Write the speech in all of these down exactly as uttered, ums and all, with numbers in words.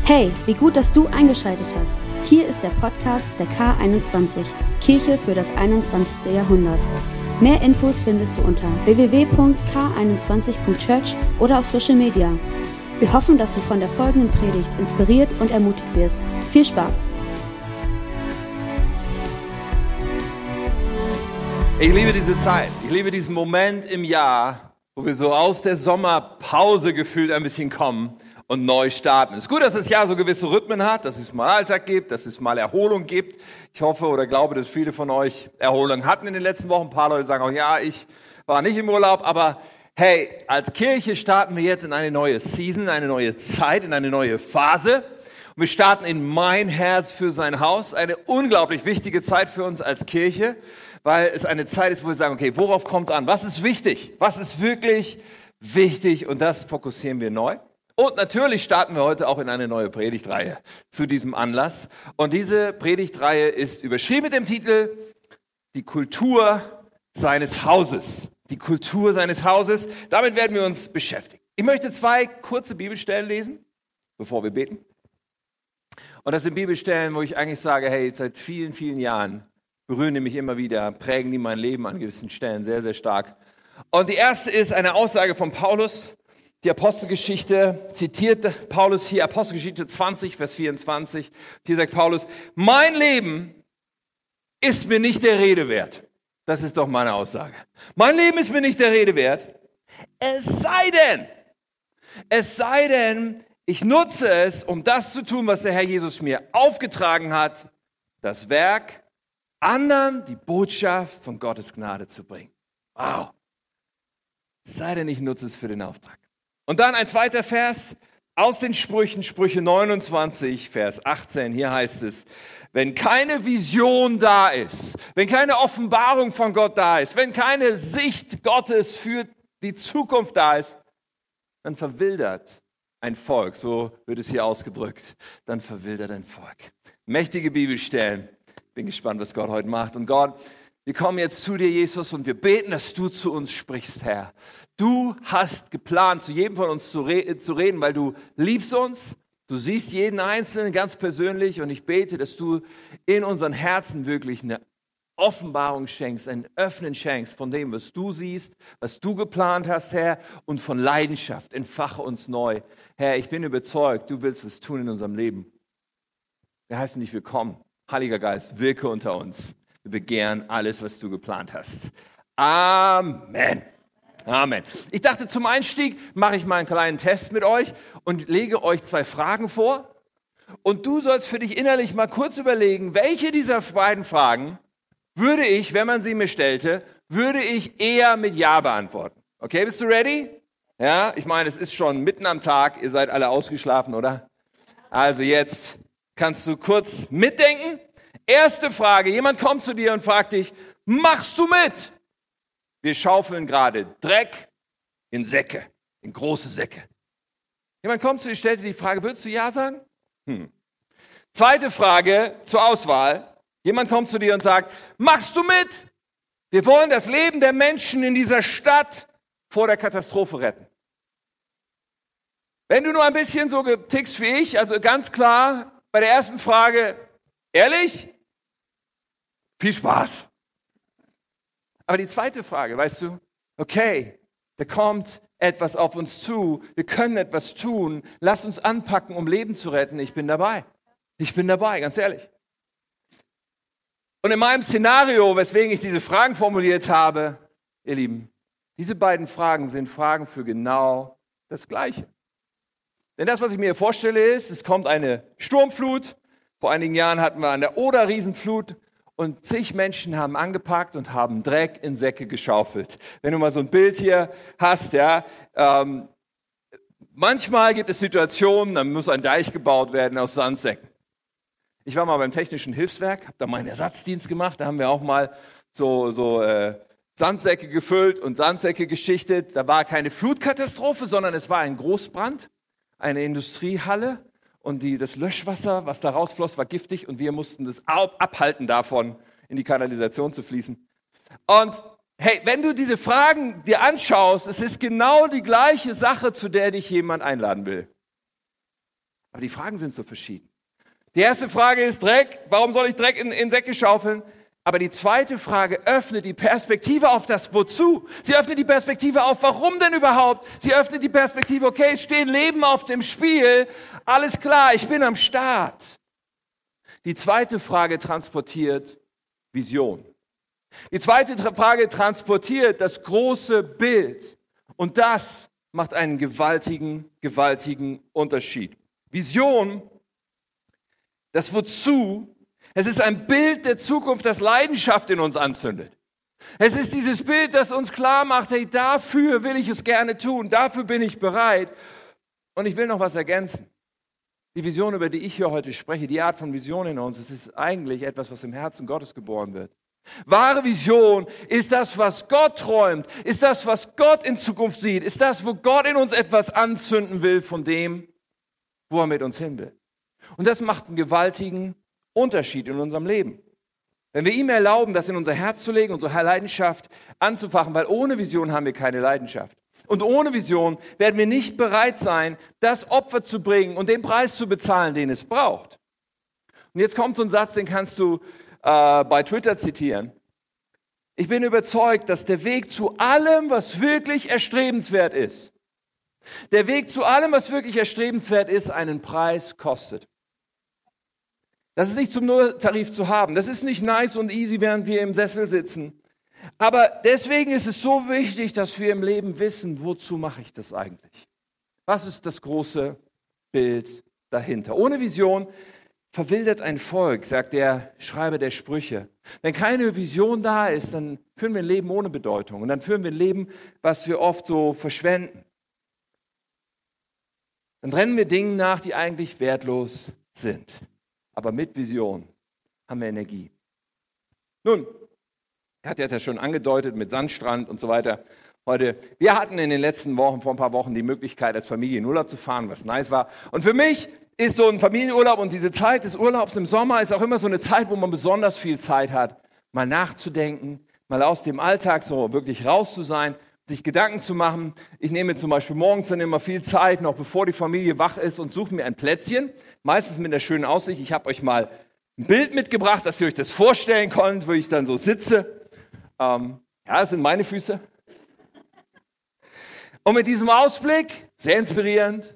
Hey, wie gut, dass du eingeschaltet hast. Hier ist der Podcast der K einundzwanzig, Kirche für das einundzwanzigste. Jahrhundert. Mehr Infos findest du unter w w w punkt k einundzwanzig punkt church oder auf Social Media. Wir hoffen, dass du von der folgenden Predigt inspiriert und ermutigt wirst. Viel Spaß! Ich liebe diese Zeit, ich liebe diesen Moment im Jahr, wo wir so aus der Sommerpause gefühlt ein bisschen kommen und neu starten. Es ist gut, dass das Jahr so gewisse Rhythmen hat, dass es mal Alltag gibt, dass es mal Erholung gibt. Ich hoffe oder glaube, dass viele von euch Erholung hatten in den letzten Wochen. Ein paar Leute sagen auch, ja, ich war nicht im Urlaub, aber hey, als Kirche starten wir jetzt in eine neue Season, eine neue Zeit, in eine neue Phase. Und wir starten in Mein Herz für sein Haus, eine unglaublich wichtige Zeit für uns als Kirche, weil es eine Zeit ist, wo wir sagen, okay, worauf kommt es an? Was ist wichtig? Was ist wirklich wichtig? Und das fokussieren wir neu. Und natürlich starten wir heute auch in eine neue Predigtreihe zu diesem Anlass. Und diese Predigtreihe ist überschrieben mit dem Titel Die Kultur seines Hauses. Die Kultur seines Hauses. Damit werden wir uns beschäftigen. Ich möchte zwei kurze Bibelstellen lesen, bevor wir beten. Und das sind Bibelstellen, wo ich eigentlich sage, hey, seit vielen, vielen Jahren berühren die mich immer wieder, prägen die mein Leben an gewissen Stellen sehr, sehr stark. Und die erste ist eine Aussage von Paulus. Die Apostelgeschichte zitiert Paulus hier, Apostelgeschichte zwanzig, Vers vierundzwanzig. Hier sagt Paulus, mein Leben ist mir nicht der Rede wert. Das ist doch meine Aussage. Mein Leben ist mir nicht der Rede wert. Es sei denn, es sei denn, ich nutze es, um das zu tun, was der Herr Jesus mir aufgetragen hat, das Werk, anderen die Botschaft von Gottes Gnade zu bringen. Wow. Es sei denn, ich nutze es für den Auftrag. Und dann ein zweiter Vers aus den Sprüchen, Sprüche neunundzwanzig, Vers achtzehn. Hier heißt es, wenn keine Vision da ist, wenn keine Offenbarung von Gott da ist, wenn keine Sicht Gottes für die Zukunft da ist, dann verwildert ein Volk, so wird es hier ausgedrückt, dann verwildert ein Volk. Mächtige Bibelstellen. Bin gespannt, was Gott heute macht. Und Gott, wir kommen jetzt zu dir, Jesus, und wir beten, dass du zu uns sprichst, Herr. Du hast geplant, zu jedem von uns zu, re- zu reden, weil du liebst uns. Du siehst jeden Einzelnen ganz persönlich und ich bete, dass du in unseren Herzen wirklich eine Offenbarung schenkst, ein Öffnen schenkst von dem, was du siehst, was du geplant hast, Herr, und von Leidenschaft. Entfache uns neu. Herr, ich bin überzeugt, du willst was tun in unserem Leben. Wir heißen nicht willkommen. Heiliger Geist, wirke unter uns. Wir begehren alles, was du geplant hast. Amen. Amen. Ich dachte, zum Einstieg mache ich mal einen kleinen Test mit euch und lege euch zwei Fragen vor. Und du sollst für dich innerlich mal kurz überlegen, welche dieser beiden Fragen würde ich, wenn man sie mir stellte, würde ich eher mit Ja beantworten. Okay, bist du ready? Ja, ich meine, es ist schon mitten am Tag, ihr seid alle ausgeschlafen, oder? Also jetzt kannst du kurz mitdenken. Erste Frage, jemand kommt zu dir und fragt dich, machst du mit? Wir schaufeln gerade Dreck in Säcke, in große Säcke. Jemand kommt zu dir, stellt dir die Frage, würdest du Ja sagen? Hm. Zweite Frage zur Auswahl. Jemand kommt zu dir und sagt, machst du mit? Wir wollen das Leben der Menschen in dieser Stadt vor der Katastrophe retten. Wenn du nur ein bisschen so tickst wie ich, also ganz klar, bei der ersten Frage, ehrlich? Viel Spaß. Aber die zweite Frage, weißt du, okay, da kommt etwas auf uns zu, wir können etwas tun, lass uns anpacken, um Leben zu retten, ich bin dabei. Ich bin dabei, ganz ehrlich. Und in meinem Szenario, weswegen ich diese Fragen formuliert habe, ihr Lieben, diese beiden Fragen sind Fragen für genau das Gleiche. Denn das, was ich mir vorstelle, ist, es kommt eine Sturmflut. Vor einigen Jahren hatten wir an der Oder Riesenflut und zig Menschen haben angepackt und haben Dreck in Säcke geschaufelt. Wenn du mal so ein Bild hier hast, ja, ähm, manchmal gibt es Situationen, da muss ein Deich gebaut werden aus Sandsäcken. Ich war mal beim Technischen Hilfswerk, habe da meinen Ersatzdienst gemacht, da haben wir auch mal so, so äh, Sandsäcke gefüllt und Sandsäcke geschichtet. Da war keine Flutkatastrophe, sondern es war ein Großbrand, eine Industriehalle. Und die, das Löschwasser, was da rausfloss, war giftig und wir mussten das abhalten davon, in die Kanalisation zu fließen. Und hey, wenn du diese Fragen dir anschaust, es ist genau die gleiche Sache, zu der dich jemand einladen will. Aber die Fragen sind so verschieden. Die erste Frage ist Dreck. Warum soll ich Dreck in, in Säcke schaufeln? Aber die zweite Frage öffnet die Perspektive auf das Wozu. Sie öffnet die Perspektive auf Warum denn überhaupt? Sie öffnet die Perspektive, okay, es stehen Leben auf dem Spiel. Alles klar, ich bin am Start. Die zweite Frage transportiert Vision. Die zweite Frage transportiert das große Bild. Und das macht einen gewaltigen, gewaltigen Unterschied. Vision, das Wozu, es ist ein Bild der Zukunft, das Leidenschaft in uns anzündet. Es ist dieses Bild, das uns klar macht, hey, dafür will ich es gerne tun, dafür bin ich bereit. Und ich will noch was ergänzen. Die Vision, über die ich hier heute spreche, die Art von Vision in uns, es ist eigentlich etwas, was im Herzen Gottes geboren wird. Wahre Vision ist das, was Gott träumt, ist das, was Gott in Zukunft sieht, ist das, wo Gott in uns etwas anzünden will von dem, wo er mit uns hin will. Und das macht einen gewaltigen Unterschied in unserem Leben. Wenn wir ihm erlauben, das in unser Herz zu legen, unsere Leidenschaft anzufachen, weil ohne Vision haben wir keine Leidenschaft. Und ohne Vision werden wir nicht bereit sein, das Opfer zu bringen und den Preis zu bezahlen, den es braucht. Und jetzt kommt so ein Satz, den kannst du äh, bei Twitter zitieren. Ich bin überzeugt, dass der Weg zu allem, was wirklich erstrebenswert ist, der Weg zu allem, was wirklich erstrebenswert ist, einen Preis kostet. Das ist nicht zum Nulltarif zu haben. Das ist nicht nice und easy, während wir im Sessel sitzen. Aber deswegen ist es so wichtig, dass wir im Leben wissen, wozu mache ich das eigentlich? Was ist das große Bild dahinter? Ohne Vision verwildert ein Volk, sagt der Schreiber der Sprüche. Wenn keine Vision da ist, dann führen wir ein Leben ohne Bedeutung. Und dann führen wir ein Leben, was wir oft so verschwenden. Dann rennen wir Dingen nach, die eigentlich wertlos sind. Aber mit Vision haben wir Energie. Nun, er hat ja das schon angedeutet mit Sandstrand und so weiter. Heute, wir hatten in den letzten Wochen, vor ein paar Wochen, die Möglichkeit, als Familie in Urlaub zu fahren, was nice war. Und für mich ist so ein Familienurlaub und diese Zeit des Urlaubs im Sommer ist auch immer so eine Zeit, wo man besonders viel Zeit hat, mal nachzudenken, mal aus dem Alltag so wirklich raus zu sein, sich Gedanken zu machen. Ich nehme zum Beispiel morgens dann immer viel Zeit, noch bevor die Familie wach ist, und suche mir ein Plätzchen, meistens mit einer schönen Aussicht. Ich habe euch mal ein Bild mitgebracht, dass ihr euch das vorstellen könnt, wo ich dann so sitze. Ähm, ja, das sind meine Füße. Und mit diesem Ausblick, sehr inspirierend,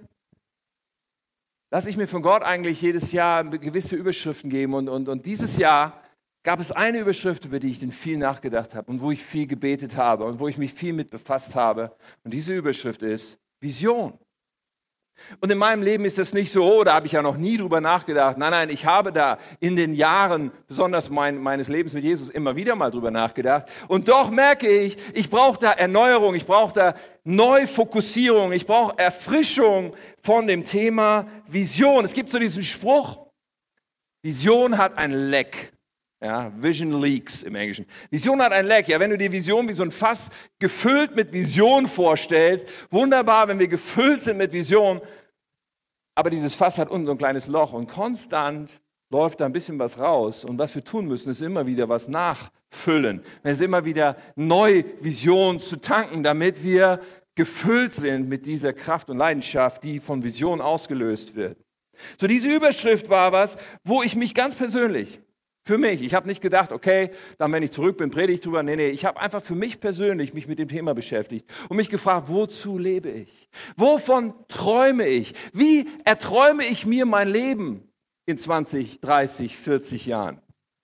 lasse ich mir von Gott eigentlich jedes Jahr gewisse Überschriften geben. Und, und, und dieses Jahr gab es eine Überschrift, über die ich dann viel nachgedacht habe und wo ich viel gebetet habe und wo ich mich viel mit befasst habe. Und diese Überschrift ist Vision. Und in meinem Leben ist das nicht so, oh, da habe ich ja noch nie drüber nachgedacht. Nein, nein, ich habe da in den Jahren, besonders mein, meines Lebens mit Jesus, immer wieder mal drüber nachgedacht. Und doch merke ich, ich brauche da Erneuerung, ich brauche da Neufokussierung, ich brauche Erfrischung von dem Thema Vision. Es gibt so diesen Spruch, Vision hat ein Leck. Ja, Vision leaks im Englischen. Vision hat ein Leck. Ja, wenn du dir Vision wie so ein Fass gefüllt mit Vision vorstellst, wunderbar, wenn wir gefüllt sind mit Vision, aber dieses Fass hat unten so ein kleines Loch und konstant läuft da ein bisschen was raus. Und was wir tun müssen, ist immer wieder was nachfüllen. Es ist immer wieder neu Vision zu tanken, damit wir gefüllt sind mit dieser Kraft und Leidenschaft, die von Vision ausgelöst wird. So, diese Überschrift war was, wo ich mich ganz persönlich Für mich. Ich habe nicht gedacht, okay, dann wenn ich zurück bin, predige ich drüber. Nee, nee, ich habe einfach für mich persönlich mich mit dem Thema beschäftigt und mich gefragt, wozu lebe ich? Wovon träume ich? Wie erträume ich mir mein Leben in zwanzig, dreißig, vierzig Jahren?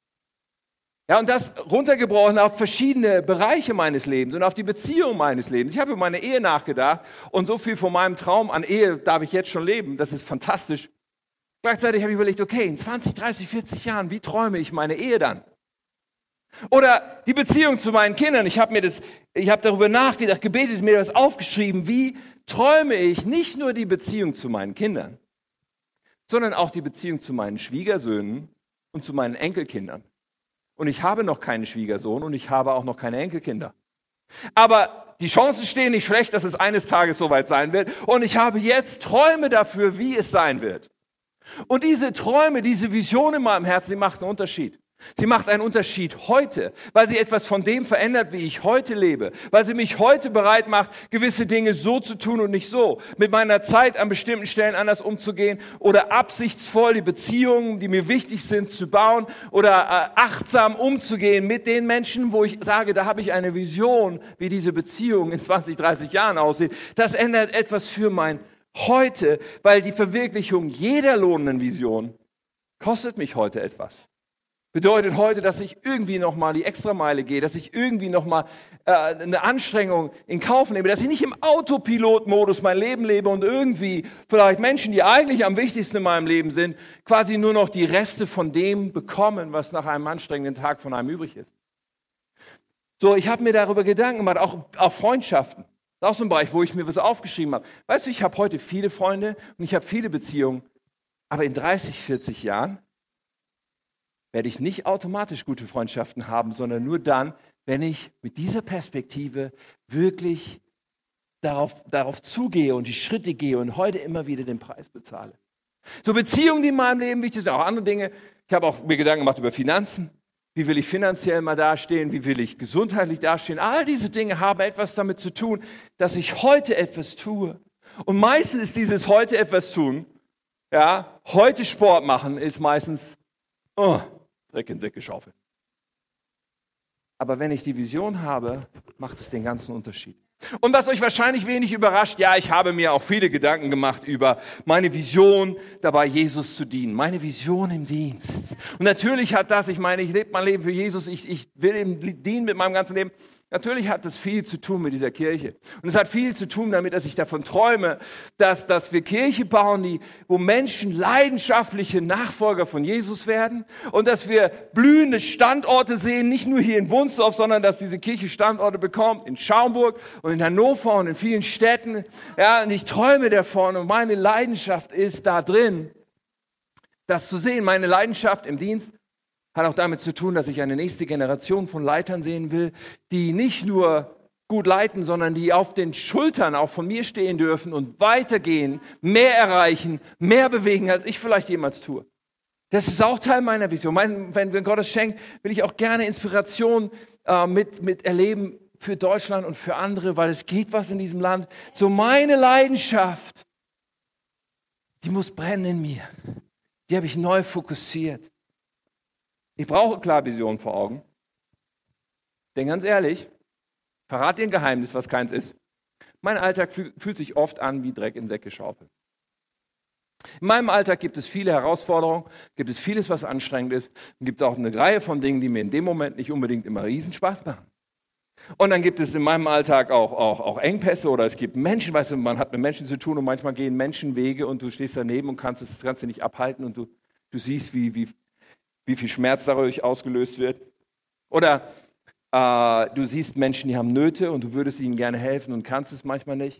Ja, und das runtergebrochen auf verschiedene Bereiche meines Lebens und auf die Beziehung meines Lebens. Ich habe über meine Ehe nachgedacht und so viel von meinem Traum an Ehe darf ich jetzt schon leben. Das ist fantastisch. Gleichzeitig habe ich überlegt, okay, in zwanzig, dreißig, vierzig Jahren, wie träume ich meine Ehe dann? Oder die Beziehung zu meinen Kindern. Ich habe mir das, ich habe darüber nachgedacht, gebetet, mir das aufgeschrieben. Wie träume ich nicht nur die Beziehung zu meinen Kindern, sondern auch die Beziehung zu meinen Schwiegersöhnen und zu meinen Enkelkindern. Und ich habe noch keinen Schwiegersohn und ich habe auch noch keine Enkelkinder. Aber die Chancen stehen nicht schlecht, dass es eines Tages soweit sein wird. Und ich habe jetzt Träume dafür, wie es sein wird. Und diese Träume, diese Vision in meinem Herzen, die macht einen Unterschied. Sie macht einen Unterschied heute, weil sie etwas von dem verändert, wie ich heute lebe, weil sie mich heute bereit macht, gewisse Dinge so zu tun und nicht so, mit meiner Zeit an bestimmten Stellen anders umzugehen oder absichtsvoll die Beziehungen, die mir wichtig sind, zu bauen oder äh, achtsam umzugehen mit den Menschen, wo ich sage, da habe ich eine Vision, wie diese Beziehung in zwanzig, dreißig Jahren aussieht. Das ändert etwas für mein Heute, weil die Verwirklichung jeder lohnenden Vision kostet mich heute etwas. Bedeutet heute, dass ich irgendwie nochmal die Extrameile gehe, dass ich irgendwie nochmal äh, eine Anstrengung in Kauf nehme, dass ich nicht im Autopilot-Modus mein Leben lebe und irgendwie vielleicht Menschen, die eigentlich am wichtigsten in meinem Leben sind, quasi nur noch die Reste von dem bekommen, was nach einem anstrengenden Tag von einem übrig ist. So, ich habe mir darüber Gedanken gemacht, auch, auch Freundschaften. Das ist auch so ein Bereich, wo ich mir was aufgeschrieben habe. Weißt du, ich habe heute viele Freunde und ich habe viele Beziehungen, aber in dreißig, vierzig Jahren werde ich nicht automatisch gute Freundschaften haben, sondern nur dann, wenn ich mit dieser Perspektive wirklich darauf, darauf zugehe und die Schritte gehe und heute immer wieder den Preis bezahle. So Beziehungen, die in meinem Leben wichtig sind, auch andere Dinge. Ich habe auch mir Gedanken gemacht über Finanzen. Wie will ich finanziell mal dastehen? Wie will ich gesundheitlich dastehen? All diese Dinge haben etwas damit zu tun, dass ich heute etwas tue. Und meistens ist dieses heute etwas tun, ja, heute Sport machen, ist meistens, oh, Dreck in den Säcke schaufeln. Aber wenn ich die Vision habe, macht es den ganzen Unterschied. Und was euch wahrscheinlich wenig überrascht, ja, ich habe mir auch viele Gedanken gemacht über meine Vision, dabei Jesus zu dienen. Meine Vision im Dienst. Und natürlich hat das, ich meine, ich lebe mein Leben für Jesus, ich, ich will ihm dienen mit meinem ganzen Leben. Natürlich hat das viel zu tun mit dieser Kirche. Und es hat viel zu tun damit, dass ich davon träume, dass, dass wir Kirche bauen, die, wo Menschen leidenschaftliche Nachfolger von Jesus werden und dass wir blühende Standorte sehen, nicht nur hier in Wunsdorf, sondern dass diese Kirche Standorte bekommt in Schaumburg und in Hannover und in vielen Städten. Ja, und ich träume davon und meine Leidenschaft ist da drin, das zu sehen. Meine Leidenschaft im Dienst hat auch damit zu tun, dass ich eine nächste Generation von Leitern sehen will, die nicht nur gut leiten, sondern die auf den Schultern auch von mir stehen dürfen und weitergehen, mehr erreichen, mehr bewegen, als ich vielleicht jemals tue. Das ist auch Teil meiner Vision. Mein, wenn, wenn Gott es schenkt, will ich auch gerne Inspiration äh, mit, mit erleben für Deutschland und für andere, weil es geht was in diesem Land. So meine Leidenschaft, die muss brennen in mir. Die habe ich neu fokussiert. Ich brauche klar Vision vor Augen. Denn ganz ehrlich, verrat dir ein Geheimnis, was keins ist. Mein Alltag fühlt sich oft an wie Dreck in Säcke schaufeln. In meinem Alltag gibt es viele Herausforderungen, gibt es vieles, was anstrengend ist. Und gibt es auch eine Reihe von Dingen, die mir in dem Moment nicht unbedingt immer Riesenspaß machen. Und dann gibt es in meinem Alltag auch, auch, auch Engpässe oder es gibt Menschen, weißt du, man hat mit Menschen zu tun und manchmal gehen Menschen Wege und du stehst daneben und kannst es kannst du nicht abhalten und du, du siehst, wie, wie wie viel Schmerz dadurch ausgelöst wird. Oder äh, du siehst Menschen, die haben Nöte und du würdest ihnen gerne helfen und kannst es manchmal nicht.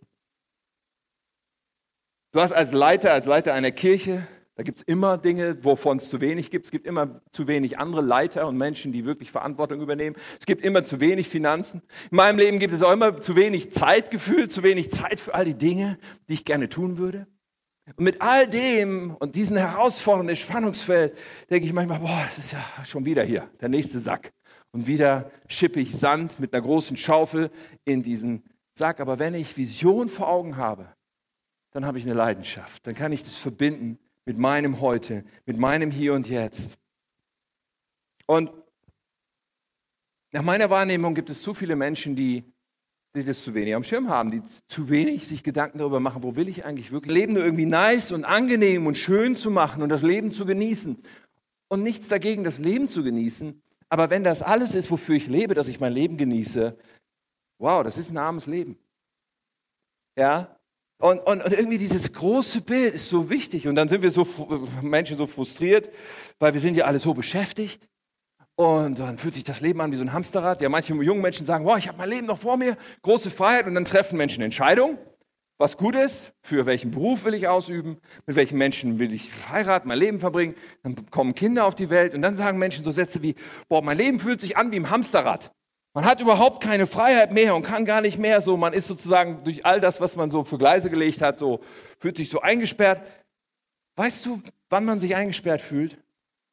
Du hast als Leiter, als Leiter einer Kirche, da gibt es immer Dinge, wovon es zu wenig gibt. Es gibt immer zu wenig andere Leiter und Menschen, die wirklich Verantwortung übernehmen. Es gibt immer zu wenig Finanzen. In meinem Leben gibt es auch immer zu wenig Zeitgefühl, zu wenig Zeit für all die Dinge, die ich gerne tun würde. Und mit all dem und diesen herausfordernden Spannungsfeld denke ich manchmal, boah, das ist ja schon wieder hier, der nächste Sack. Und wieder schippe ich Sand mit einer großen Schaufel in diesen Sack. Aber wenn ich Vision vor Augen habe, dann habe ich eine Leidenschaft. Dann kann ich das verbinden mit meinem Heute, mit meinem Hier und Jetzt. Und nach meiner Wahrnehmung gibt es zu viele Menschen, die die das zu wenig am Schirm haben, die zu wenig sich Gedanken darüber machen, wo will ich eigentlich wirklich leben, nur irgendwie nice und angenehm und schön zu machen und das Leben zu genießen. Und nichts dagegen, das Leben zu genießen. Aber wenn das alles ist, wofür ich lebe, dass ich mein Leben genieße, wow, das ist ein armes Leben. Ja? Und, und, und irgendwie dieses große Bild ist so wichtig. Und dann sind wir so Menschen so frustriert, weil wir sind ja alle so beschäftigt. Und dann fühlt sich das Leben an wie so ein Hamsterrad. Ja, manche jungen Menschen sagen, wow, ich habe mein Leben noch vor mir, große Freiheit. Und dann treffen Menschen Entscheidungen, was gut ist, für welchen Beruf will ich ausüben, mit welchen Menschen will ich heiraten, mein Leben verbringen. Dann kommen Kinder auf die Welt und dann sagen Menschen so Sätze wie, boah, mein Leben fühlt sich an wie ein Hamsterrad. Man hat überhaupt keine Freiheit mehr und kann gar nicht mehr so. Man ist sozusagen durch all das, was man so für Gleise gelegt hat, so fühlt sich so eingesperrt. Weißt du, wann man sich eingesperrt fühlt?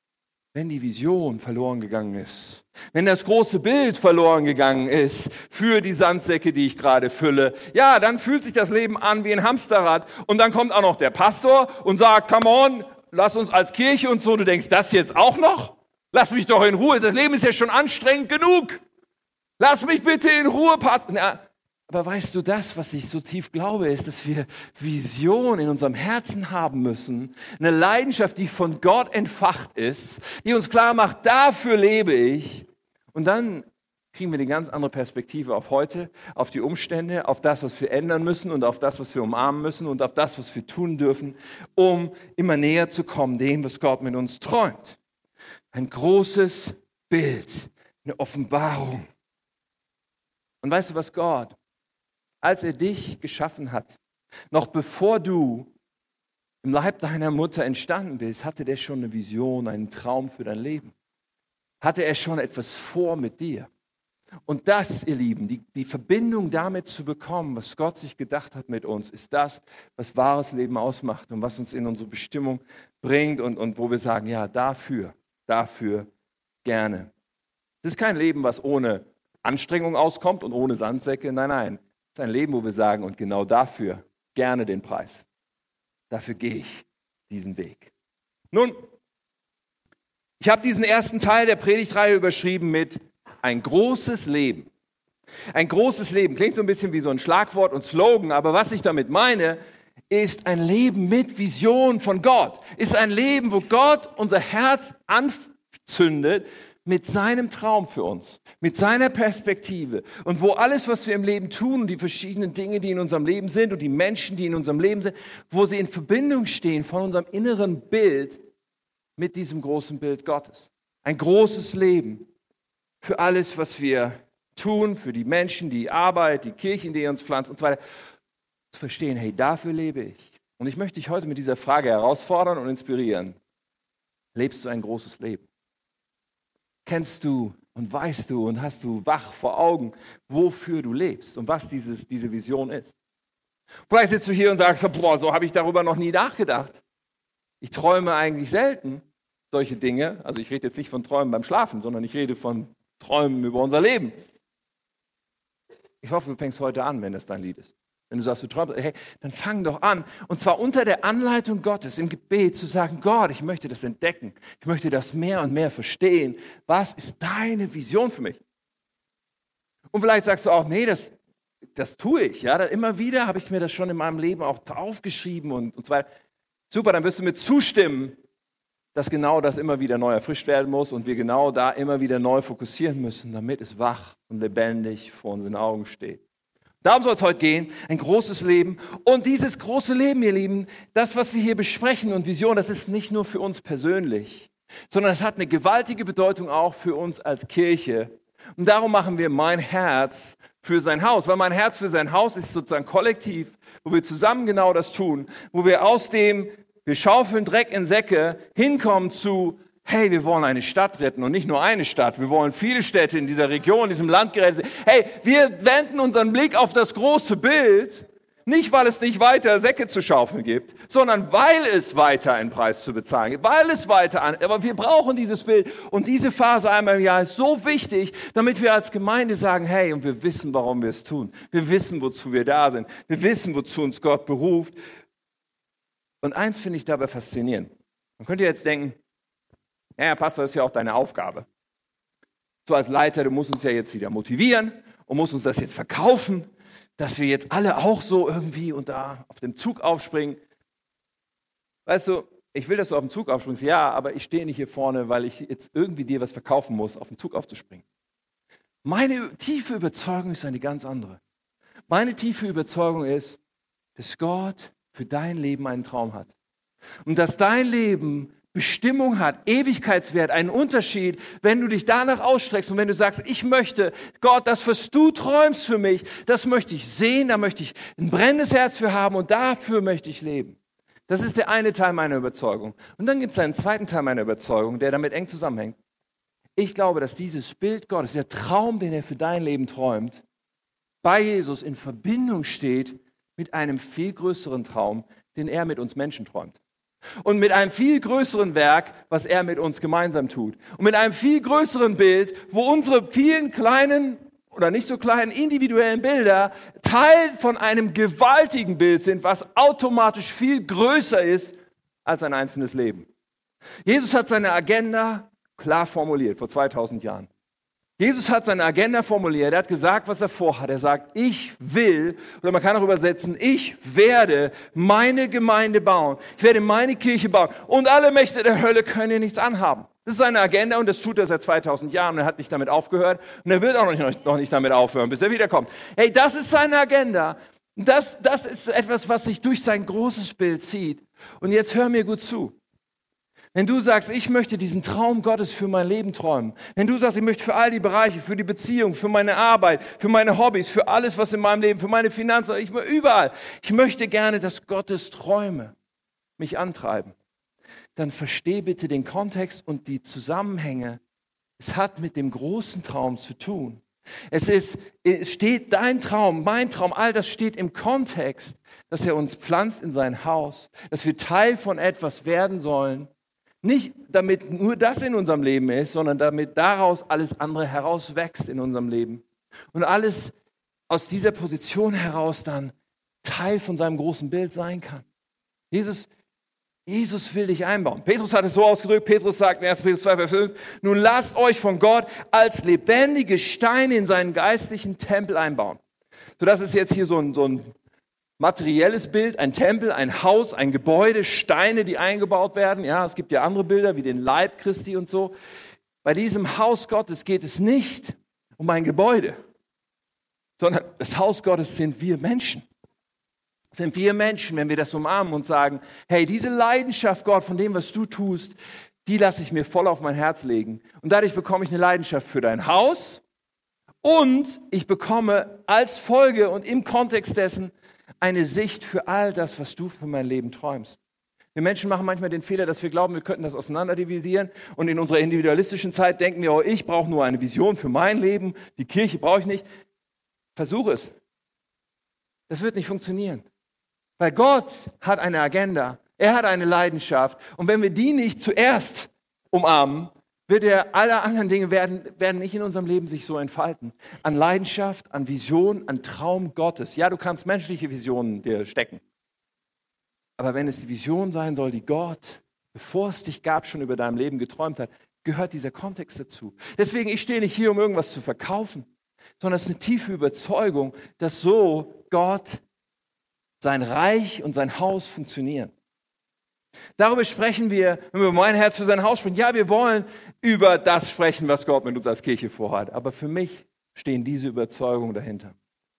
wenn die Vision verloren gegangen ist, wenn das große Bild verloren gegangen ist für die Sandsäcke, die ich gerade fülle, ja, dann fühlt sich das Leben an wie ein Hamsterrad und dann kommt auch noch der Pastor und sagt, come on, lass uns als Kirche und so, du denkst, das jetzt auch noch? Lass mich doch in Ruhe, das Leben ist ja schon anstrengend genug. Lass mich bitte in Ruhe, Pastor. Na, aber weißt du, das, was ich so tief glaube, ist, dass wir Vision in unserem Herzen haben müssen, eine Leidenschaft, die von Gott entfacht ist, die uns klar macht, dafür lebe ich. Und dann kriegen wir eine ganz andere Perspektive auf heute, auf die Umstände, auf das, was wir ändern müssen und auf das, was wir umarmen müssen und auf das, was wir tun dürfen, um immer näher zu kommen, dem, was Gott mit uns träumt. Ein großes Bild, eine Offenbarung. Und weißt du was, Gott, als er dich geschaffen hat, noch bevor du im Leib deiner Mutter entstanden bist, hatte der schon eine Vision, einen Traum für dein Leben. Hatte er schon etwas vor mit dir. Und das, ihr Lieben, die, die Verbindung damit zu bekommen, was Gott sich gedacht hat mit uns, ist das, was wahres Leben ausmacht und was uns in unsere Bestimmung bringt und, und wo wir sagen, ja, dafür, dafür gerne. Es ist kein Leben, was ohne Anstrengung auskommt und ohne Sandsäcke. Nein, nein. Es ist ein Leben, wo wir sagen, und genau dafür gerne den Preis. Dafür gehe ich diesen Weg. Nun, ich habe diesen ersten Teil der Predigtreihe überschrieben mit ein großes Leben. Ein großes Leben klingt so ein bisschen wie so ein Schlagwort und Slogan, aber was ich damit meine, ist ein Leben mit Vision von Gott. Ist ein Leben, wo Gott unser Herz anzündet mit seinem Traum für uns, mit seiner Perspektive und wo alles, was wir im Leben tun und die verschiedenen Dinge, die in unserem Leben sind und die Menschen, die in unserem Leben sind, wo sie in Verbindung stehen von unserem inneren Bild mit diesem großen Bild Gottes. Ein großes Leben für alles, was wir tun, für die Menschen, die Arbeit, die Kirchen, die uns pflanzt und so weiter. Zu verstehen, hey, dafür lebe ich. Und ich möchte dich heute mit dieser Frage herausfordern und inspirieren. Lebst du ein großes Leben? Kennst du und weißt du und hast du wach vor Augen, wofür du lebst und was dieses, diese Vision ist? Vielleicht sitzt du hier und sagst, boah, so habe ich darüber noch nie nachgedacht. Ich träume eigentlich selten solche Dinge. Also ich rede jetzt nicht von Träumen beim Schlafen, sondern ich rede von Träumen über unser Leben. Ich hoffe, du fängst heute an, wenn das dein Lied ist. Wenn du sagst, du träumst, hey, dann fang doch an. Und zwar unter der Anleitung Gottes im Gebet zu sagen, Gott, ich möchte das entdecken. Ich möchte das mehr und mehr verstehen. Was ist deine Vision für mich? Und vielleicht sagst du auch, nee, das, das tue ich. Ja, immer wieder habe ich mir das schon in meinem Leben auch aufgeschrieben und, und so weiter. Super, dann wirst du mir zustimmen, dass genau das immer wieder neu erfrischt werden muss und wir genau da immer wieder neu fokussieren müssen, damit es wach und lebendig vor unseren Augen steht. Darum soll es heute gehen, ein großes Leben. Und dieses große Leben, ihr Lieben, das, was wir hier besprechen und Vision, das ist nicht nur für uns persönlich, sondern es hat eine gewaltige Bedeutung auch für uns als Kirche. Und darum machen wir mein Herz für sein Haus, weil mein Herz für sein Haus ist sozusagen kollektiv, wo wir zusammen genau das tun, wo wir aus dem, wir schaufeln Dreck in Säcke, hinkommen zu, hey, wir wollen eine Stadt retten und nicht nur eine Stadt, wir wollen viele Städte in dieser Region, in diesem Land gerettet. Hey, wir wenden unseren Blick auf das große Bild, nicht weil es nicht weiter Säcke zu schaufeln gibt, sondern weil es weiter einen Preis zu bezahlen gibt, weil es weiter an, aber wir brauchen dieses Bild und diese Phase einmal im Jahr ist so wichtig, damit wir als Gemeinde sagen, hey, und wir wissen, warum wir es tun. Wir wissen, wozu wir da sind. Wir wissen, wozu uns Gott beruft. Und eins finde ich dabei faszinierend. Man könnte jetzt denken, ja, Herr Pastor, das ist ja auch deine Aufgabe. So als Leiter, du musst uns ja jetzt wieder motivieren und musst uns das jetzt verkaufen, dass wir jetzt alle auch so irgendwie und da auf dem Zug aufspringen. Weißt du, ich will, dass du auf den Zug aufspringst, ja, aber ich stehe nicht hier vorne, weil ich jetzt irgendwie dir was verkaufen muss, auf den Zug aufzuspringen. Meine tiefe Überzeugung ist eine ganz andere. Meine tiefe Überzeugung ist, dass Gott für dein Leben einen Traum hat. Und dass dein Leben Bestimmung hat, Ewigkeitswert, einen Unterschied, wenn du dich danach ausstreckst und wenn du sagst, ich möchte, Gott, das, was du träumst für mich, das möchte ich sehen, da möchte ich ein brennendes Herz für haben und dafür möchte ich leben. Das ist der eine Teil meiner Überzeugung. Und dann gibt es einen zweiten Teil meiner Überzeugung, der damit eng zusammenhängt. Ich glaube, dass dieses Bild Gottes, der Traum, den er für dein Leben träumt, bei Jesus in Verbindung steht mit einem viel größeren Traum, den er mit uns Menschen träumt. und mit einem viel größeren Werk, was er mit uns gemeinsam tut. Und mit einem viel größeren Bild, wo unsere vielen kleinen oder nicht so kleinen individuellen Bilder Teil von einem gewaltigen Bild sind, was automatisch viel größer ist als ein einzelnes Leben. Jesus hat seine Agenda klar formuliert vor zweitausend Jahren. Jesus hat seine Agenda formuliert, er hat gesagt, was er vorhat. Er sagt, ich will, oder man kann auch übersetzen, ich werde meine Gemeinde bauen. Ich werde meine Kirche bauen. Und alle Mächte der Hölle können ihr nichts anhaben. Das ist seine Agenda und das tut er seit zweitausend Jahren. Und er hat nicht damit aufgehört und er wird auch noch, noch nicht damit aufhören, bis er wiederkommt. Hey, das ist seine Agenda. Das, das ist etwas, was sich durch sein großes Bild zieht. Und jetzt hör mir gut zu. Wenn du sagst, ich möchte diesen Traum Gottes für mein Leben träumen, wenn du sagst, ich möchte für all die Bereiche, für die Beziehung, für meine Arbeit, für meine Hobbys, für alles, was in meinem Leben, für meine Finanzen, ich überall, ich möchte gerne, dass Gottes Träume mich antreiben, dann versteh bitte den Kontext und die Zusammenhänge. Es hat mit dem großen Traum zu tun. Es ist, es steht dein Traum, mein Traum, all das steht im Kontext, dass er uns pflanzt in sein Haus, dass wir Teil von etwas werden sollen. Nicht damit nur das in unserem Leben ist, sondern damit daraus alles andere herauswächst in unserem Leben. Und alles aus dieser Position heraus dann Teil von seinem großen Bild sein kann. Jesus, Jesus will dich einbauen. Petrus hat es so ausgedrückt, Petrus sagt in erster Petrus zwei, Vers fünf, nun lasst euch von Gott als lebendige Steine in seinen geistlichen Tempel einbauen. So, das ist jetzt hier so ein, so ein materielles Bild, ein Tempel, ein Haus, ein Gebäude, Steine, die eingebaut werden. Ja, es gibt ja andere Bilder wie den Leib Christi und so. Bei diesem Haus Gottes geht es nicht um ein Gebäude, sondern das Haus Gottes sind wir Menschen. Sind wir Menschen, wenn wir das umarmen und sagen, hey, diese Leidenschaft, Gott, von dem, was du tust, die lasse ich mir voll auf mein Herz legen. Und dadurch bekomme ich eine Leidenschaft für dein Haus und ich bekomme als Folge und im Kontext dessen eine Sicht für all das, was du für mein Leben träumst. Wir Menschen machen manchmal den Fehler, dass wir glauben, wir könnten das auseinanderdividieren und in unserer individualistischen Zeit denken wir, oh, ich brauche nur eine Vision für mein Leben, die Kirche brauche ich nicht. Versuch es. Das wird nicht funktionieren. Weil Gott hat eine Agenda, er hat eine Leidenschaft und wenn wir die nicht zuerst umarmen, wird er, alle anderen Dinge werden, werden nicht in unserem Leben sich so entfalten. An Leidenschaft, an Vision, an Traum Gottes. Ja, du kannst menschliche Visionen dir stecken. Aber wenn es die Vision sein soll, die Gott, bevor es dich gab, schon über deinem Leben geträumt hat, gehört dieser Kontext dazu. Deswegen, ich stehe nicht hier, um irgendwas zu verkaufen, sondern es ist eine tiefe Überzeugung, dass so Gott, sein Reich und sein Haus funktionieren. Darüber sprechen wir, wenn wir über mein Herz für sein Haus sprechen. Ja, wir wollen über das sprechen, was Gott mit uns als Kirche vorhat. Aber für mich stehen diese Überzeugungen dahinter.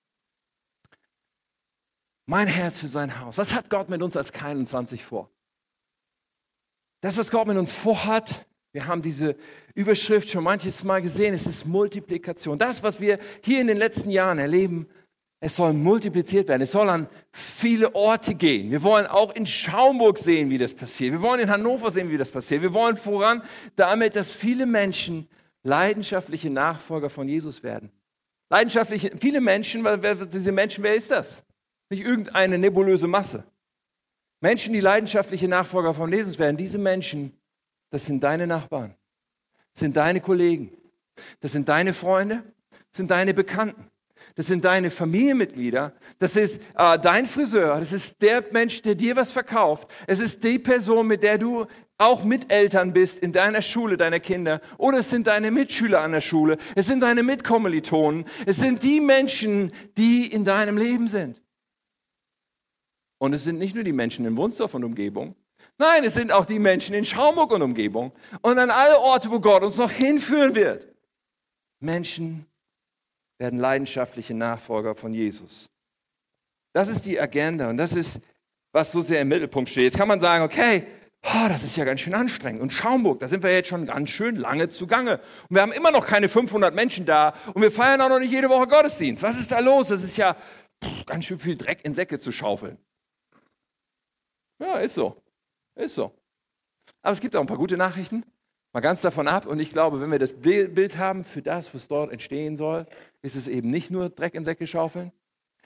Mein Herz für sein Haus. Was hat Gott mit uns als K einundzwanzig vor? Das, was Gott mit uns vorhat, wir haben diese Überschrift schon manches Mal gesehen, es ist Multiplikation. Das, was wir hier in den letzten Jahren erleben, es soll multipliziert werden. Es soll an viele Orte gehen. Wir wollen auch in Schaumburg sehen, wie das passiert. Wir wollen in Hannover sehen, wie das passiert. Wir wollen voran damit, dass viele Menschen leidenschaftliche Nachfolger von Jesus werden. Leidenschaftliche, viele Menschen, wer, diese Menschen, wer ist das? Nicht irgendeine nebulöse Masse. Menschen, die leidenschaftliche Nachfolger von Jesus werden, diese Menschen, das sind deine Nachbarn, das sind deine Kollegen, das sind deine Freunde, das sind deine Bekannten. Das sind deine Familienmitglieder, das ist äh, dein Friseur, das ist der Mensch, der dir was verkauft. Es ist die Person, mit der du auch Miteltern bist in deiner Schule, deiner Kinder. Oder es sind deine Mitschüler an der Schule, es sind deine Mitkommilitonen. Es sind die Menschen, die in deinem Leben sind. Und es sind nicht nur die Menschen in Wunsdorf und Umgebung. Nein, es sind auch die Menschen in Schaumburg und Umgebung. Und an alle Orte, wo Gott uns noch hinführen wird. Menschen werden leidenschaftliche Nachfolger von Jesus. Das ist die Agenda und das ist, was so sehr im Mittelpunkt steht. Jetzt kann man sagen, okay, oh, das ist ja ganz schön anstrengend. Und Schaumburg, da sind wir jetzt schon ganz schön lange zugange. Und wir haben immer noch keine fünfhundert Menschen da und wir feiern auch noch nicht jede Woche Gottesdienst. Was ist da los? Das ist ja pff, ganz schön viel Dreck in Säcke zu schaufeln. Ja, ist so. Ist so. Aber es gibt auch ein paar gute Nachrichten. Mal ganz davon ab. Und ich glaube, wenn wir das Bild haben für das, was dort entstehen soll, ist es eben nicht nur Dreck in Säcke schaufeln.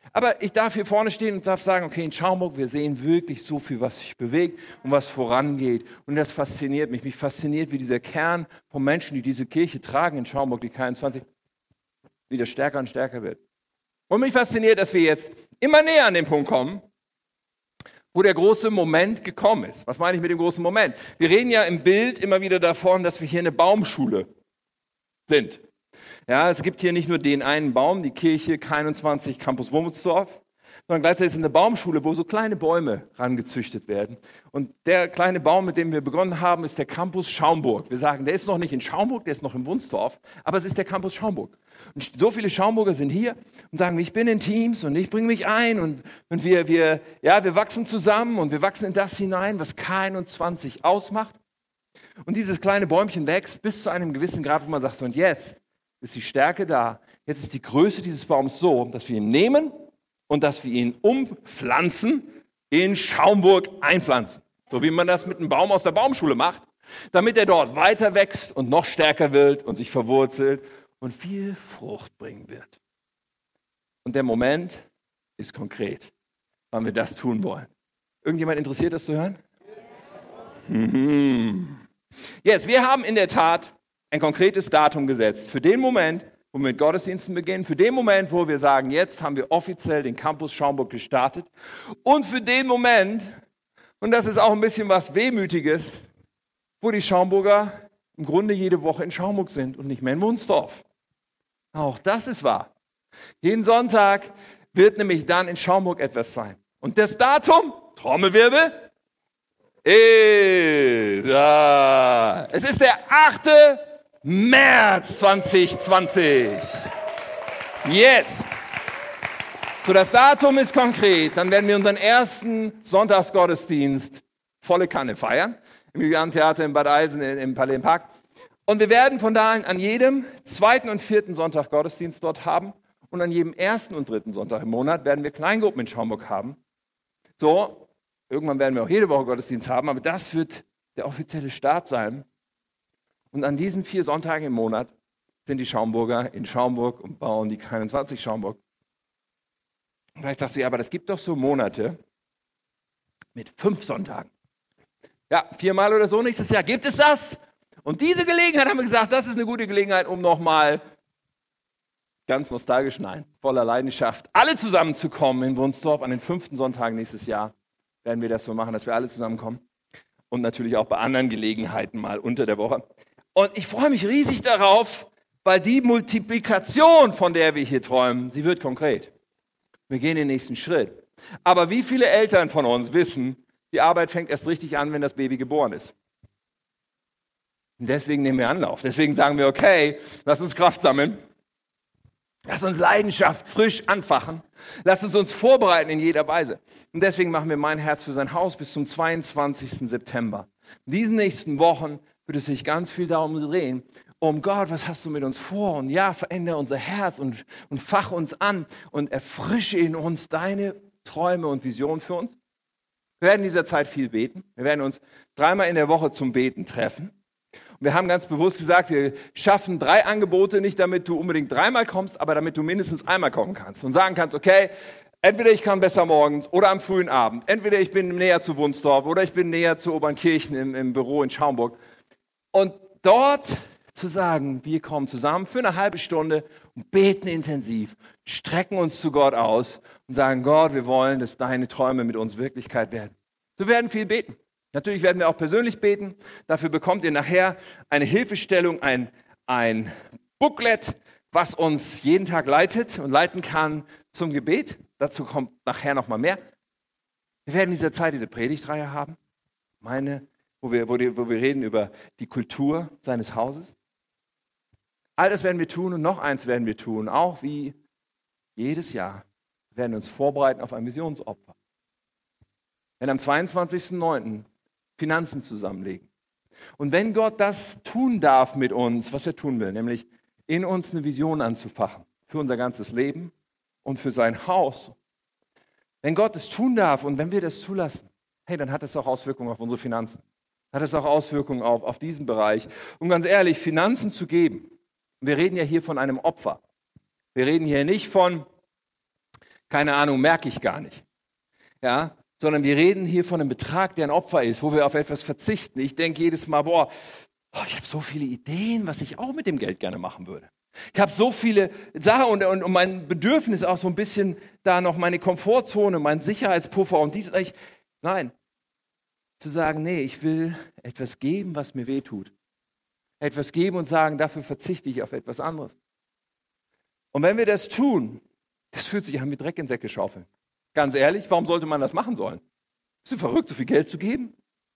Aber ich darf hier vorne stehen und darf sagen, okay, in Schaumburg, wir sehen wirklich so viel, was sich bewegt und was vorangeht. Und das fasziniert mich. Mich fasziniert, wie dieser Kern von Menschen, die diese Kirche tragen in Schaumburg, die K einundzwanzig, wieder stärker und stärker wird. Und mich fasziniert, dass wir jetzt immer näher an den Punkt kommen, wo der große Moment gekommen ist. Was meine ich mit dem großen Moment? Wir reden ja im Bild immer wieder davon, dass wir hier eine Baumschule sind. Ja, es gibt hier nicht nur den einen Baum, die Kirche K einundzwanzig Campus Womelsdorf, sondern gleichzeitig ist es eine Baumschule, wo so kleine Bäume rangezüchtet werden. Und der kleine Baum, mit dem wir begonnen haben, ist der Campus Schaumburg. Wir sagen, der ist noch nicht in Schaumburg, der ist noch in Wunsdorf, aber es ist der Campus Schaumburg. Und so viele Schaumburger sind hier und sagen, ich bin in Teams und ich bringe mich ein und, und wir, wir, ja, wir wachsen zusammen und wir wachsen in das hinein, was K einundzwanzig ausmacht. Und dieses kleine Bäumchen wächst bis zu einem gewissen Grad, wo man sagt, und jetzt ist die Stärke da. Jetzt ist die Größe dieses Baums so, dass wir ihn nehmen und dass wir ihn umpflanzen, in Schaumburg einpflanzen. So wie man das mit einem Baum aus der Baumschule macht, damit er dort weiter wächst und noch stärker wird und sich verwurzelt und viel Frucht bringen wird. Und der Moment ist konkret, wann wir das tun wollen. Irgendjemand interessiert, das zu hören? Mhm. Yes, wir haben in der Tat ein konkretes Datum gesetzt für den Moment, wo wir mit Gottesdiensten beginnen, für den Moment, wo wir sagen, jetzt haben wir offiziell den Campus Schaumburg gestartet und für den Moment, und das ist auch ein bisschen was Wehmütiges, wo die Schaumburger im Grunde jede Woche in Schaumburg sind und nicht mehr in Wunsdorf. Auch das ist wahr. Jeden Sonntag wird nämlich dann in Schaumburg etwas sein. Und das Datum, Trommelwirbel, ist, ja, es ist der achte März zwanzig zwanzig. Yes. So, das Datum ist konkret. Dann werden wir unseren ersten Sonntagsgottesdienst volle Kanne feiern. Im Julianentheater in Bad Eilsen, im Palais im Park. Und wir werden von da an an jedem zweiten und vierten Sonntag Gottesdienst dort haben. Und an jedem ersten und dritten Sonntag im Monat werden wir Kleingruppen in Schaumburg haben. So, irgendwann werden wir auch jede Woche Gottesdienst haben, aber das wird der offizielle Start sein. Und an diesen vier Sonntagen im Monat sind die Schaumburger in Schaumburg und bauen die K einundzwanzig Schaumburg. Und vielleicht sagst du, ja, aber das gibt doch so Monate mit fünf Sonntagen. Ja, viermal oder so nächstes Jahr gibt es das. Und diese Gelegenheit haben wir gesagt, das ist eine gute Gelegenheit, um nochmal ganz nostalgisch, nein, voller Leidenschaft, alle zusammenzukommen in Wunsdorf. An den fünften Sonntagen nächstes Jahr werden wir das so machen, dass wir alle zusammenkommen. Und natürlich auch bei anderen Gelegenheiten mal unter der Woche. Und ich freue mich riesig darauf, weil die Multiplikation, von der wir hier träumen, sie wird konkret. Wir gehen den nächsten Schritt. Aber wie viele Eltern von uns wissen, die Arbeit fängt erst richtig an, wenn das Baby geboren ist. Und deswegen nehmen wir Anlauf. Deswegen sagen wir, okay, lass uns Kraft sammeln. Lass uns Leidenschaft frisch anfachen. Lass uns uns vorbereiten in jeder Weise. Und deswegen machen wir mein Herz für sein Haus bis zum zweiundzwanzigsten September. In diesen nächsten Wochen wird es sich ganz viel darum drehen, um Gott, was hast du mit uns vor? Und ja, verändere unser Herz und, und fach uns an und erfrische in uns deine Träume und Visionen für uns. Wir werden in dieser Zeit viel beten. Wir werden uns dreimal in der Woche zum Beten treffen. Und wir haben ganz bewusst gesagt, wir schaffen drei Angebote, nicht damit du unbedingt dreimal kommst, aber damit du mindestens einmal kommen kannst und sagen kannst, okay, entweder ich kann besser morgens oder am frühen Abend, entweder ich bin näher zu Wunsdorf oder ich bin näher zu Obernkirchen im, im Büro in Schaumburg. Und dort zu sagen, wir kommen zusammen für eine halbe Stunde und beten intensiv, strecken uns zu Gott aus und sagen, Gott, wir wollen, dass deine Träume mit uns Wirklichkeit werden. Wir werden viel beten. Natürlich werden wir auch persönlich beten. Dafür bekommt ihr nachher eine Hilfestellung, ein, ein Booklet, was uns jeden Tag leitet und leiten kann zum Gebet. Dazu kommt nachher noch mal mehr. Wir werden in dieser Zeit diese Predigtreihe haben, meine, wo wir, wo, die, wo wir reden über die Kultur seines Hauses. All das werden wir tun und noch eins werden wir tun, auch wie jedes Jahr. Wir werden uns vorbereiten auf ein Missionsopfer. Wir werden am zweiundzwanzigsten neunten Finanzen zusammenlegen. Und wenn Gott das tun darf mit uns, was er tun will, nämlich in uns eine Vision anzufachen für unser ganzes Leben und für sein Haus. Wenn Gott es tun darf und wenn wir das zulassen, hey, dann hat das auch Auswirkungen auf unsere Finanzen. Hat es auch Auswirkungen auf, auf diesen Bereich. Und ganz ehrlich, Finanzen zu geben, wir reden ja hier von einem Opfer. Wir reden hier nicht von, Keine Ahnung, merke ich gar nicht. Ja, sondern wir reden hier von einem Betrag, der ein Opfer ist, wo wir auf etwas verzichten. Ich denke jedes Mal, boah, ich habe so viele Ideen, was ich auch mit dem Geld gerne machen würde. Ich habe so viele Sachen und, und, und mein Bedürfnis auch so ein bisschen da noch meine Komfortzone, mein Sicherheitspuffer und dies und ich. Nein, zu sagen, nee, ich will etwas geben, was mir wehtut. Etwas geben und sagen, dafür verzichte ich auf etwas anderes. Und wenn wir das tun, das fühlt sich an wie Dreck in Säcke schaufeln. Ganz ehrlich, warum sollte man das machen sollen? Bist du verrückt, so viel Geld zu geben?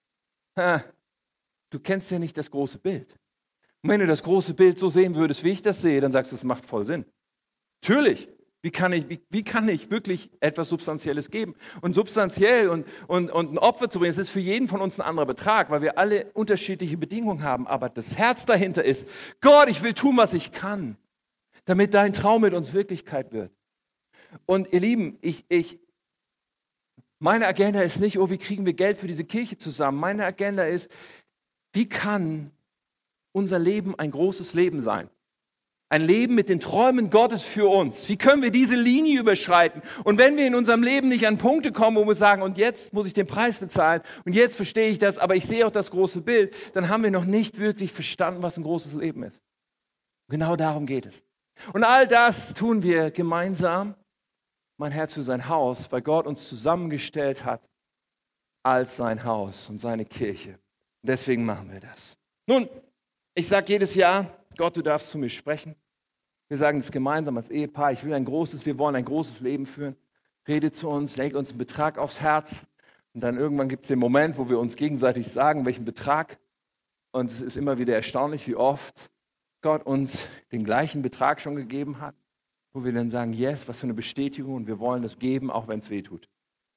Ha, du kennst ja nicht das große Bild. Und wenn du das große Bild so sehen würdest, wie ich das sehe, dann sagst du, es macht voll Sinn. Natürlich, wie kann ich, wie, wie kann ich wirklich etwas Substanzielles geben? Und substanziell und, und, und ein Opfer zu bringen, das ist für jeden von uns ein anderer Betrag, weil wir alle unterschiedliche Bedingungen haben. Aber das Herz dahinter ist, Gott, ich will tun, was ich kann, damit dein Traum mit uns Wirklichkeit wird. Und ihr Lieben, ich, ich, meine Agenda ist nicht, oh, wie kriegen wir Geld für diese Kirche zusammen? Meine Agenda ist, wie kann unser Leben ein großes Leben sein? Ein Leben mit den Träumen Gottes für uns. Wie können wir diese Linie überschreiten? Und wenn wir in unserem Leben nicht an Punkte kommen, wo wir sagen, und jetzt muss ich den Preis bezahlen und jetzt verstehe ich das, aber ich sehe auch das große Bild, dann haben wir noch nicht wirklich verstanden, was ein großes Leben ist. Genau darum geht es. Und all das tun wir gemeinsam, mein Herz für sein Haus, weil Gott uns zusammengestellt hat als sein Haus und seine Kirche. Und deswegen machen wir das. Nun, ich sage jedes Jahr, Gott, du darfst zu mir sprechen. Wir sagen es gemeinsam als Ehepaar, ich will ein großes, wir wollen ein großes Leben führen. Rede zu uns, leg uns einen Betrag aufs Herz. Und dann irgendwann gibt es den Moment, wo wir uns gegenseitig sagen, welchen Betrag. Und es ist immer wieder erstaunlich, wie oft Gott uns den gleichen Betrag schon gegeben hat. Wo wir dann sagen, yes, was für eine Bestätigung und wir wollen das geben, auch wenn es weh tut.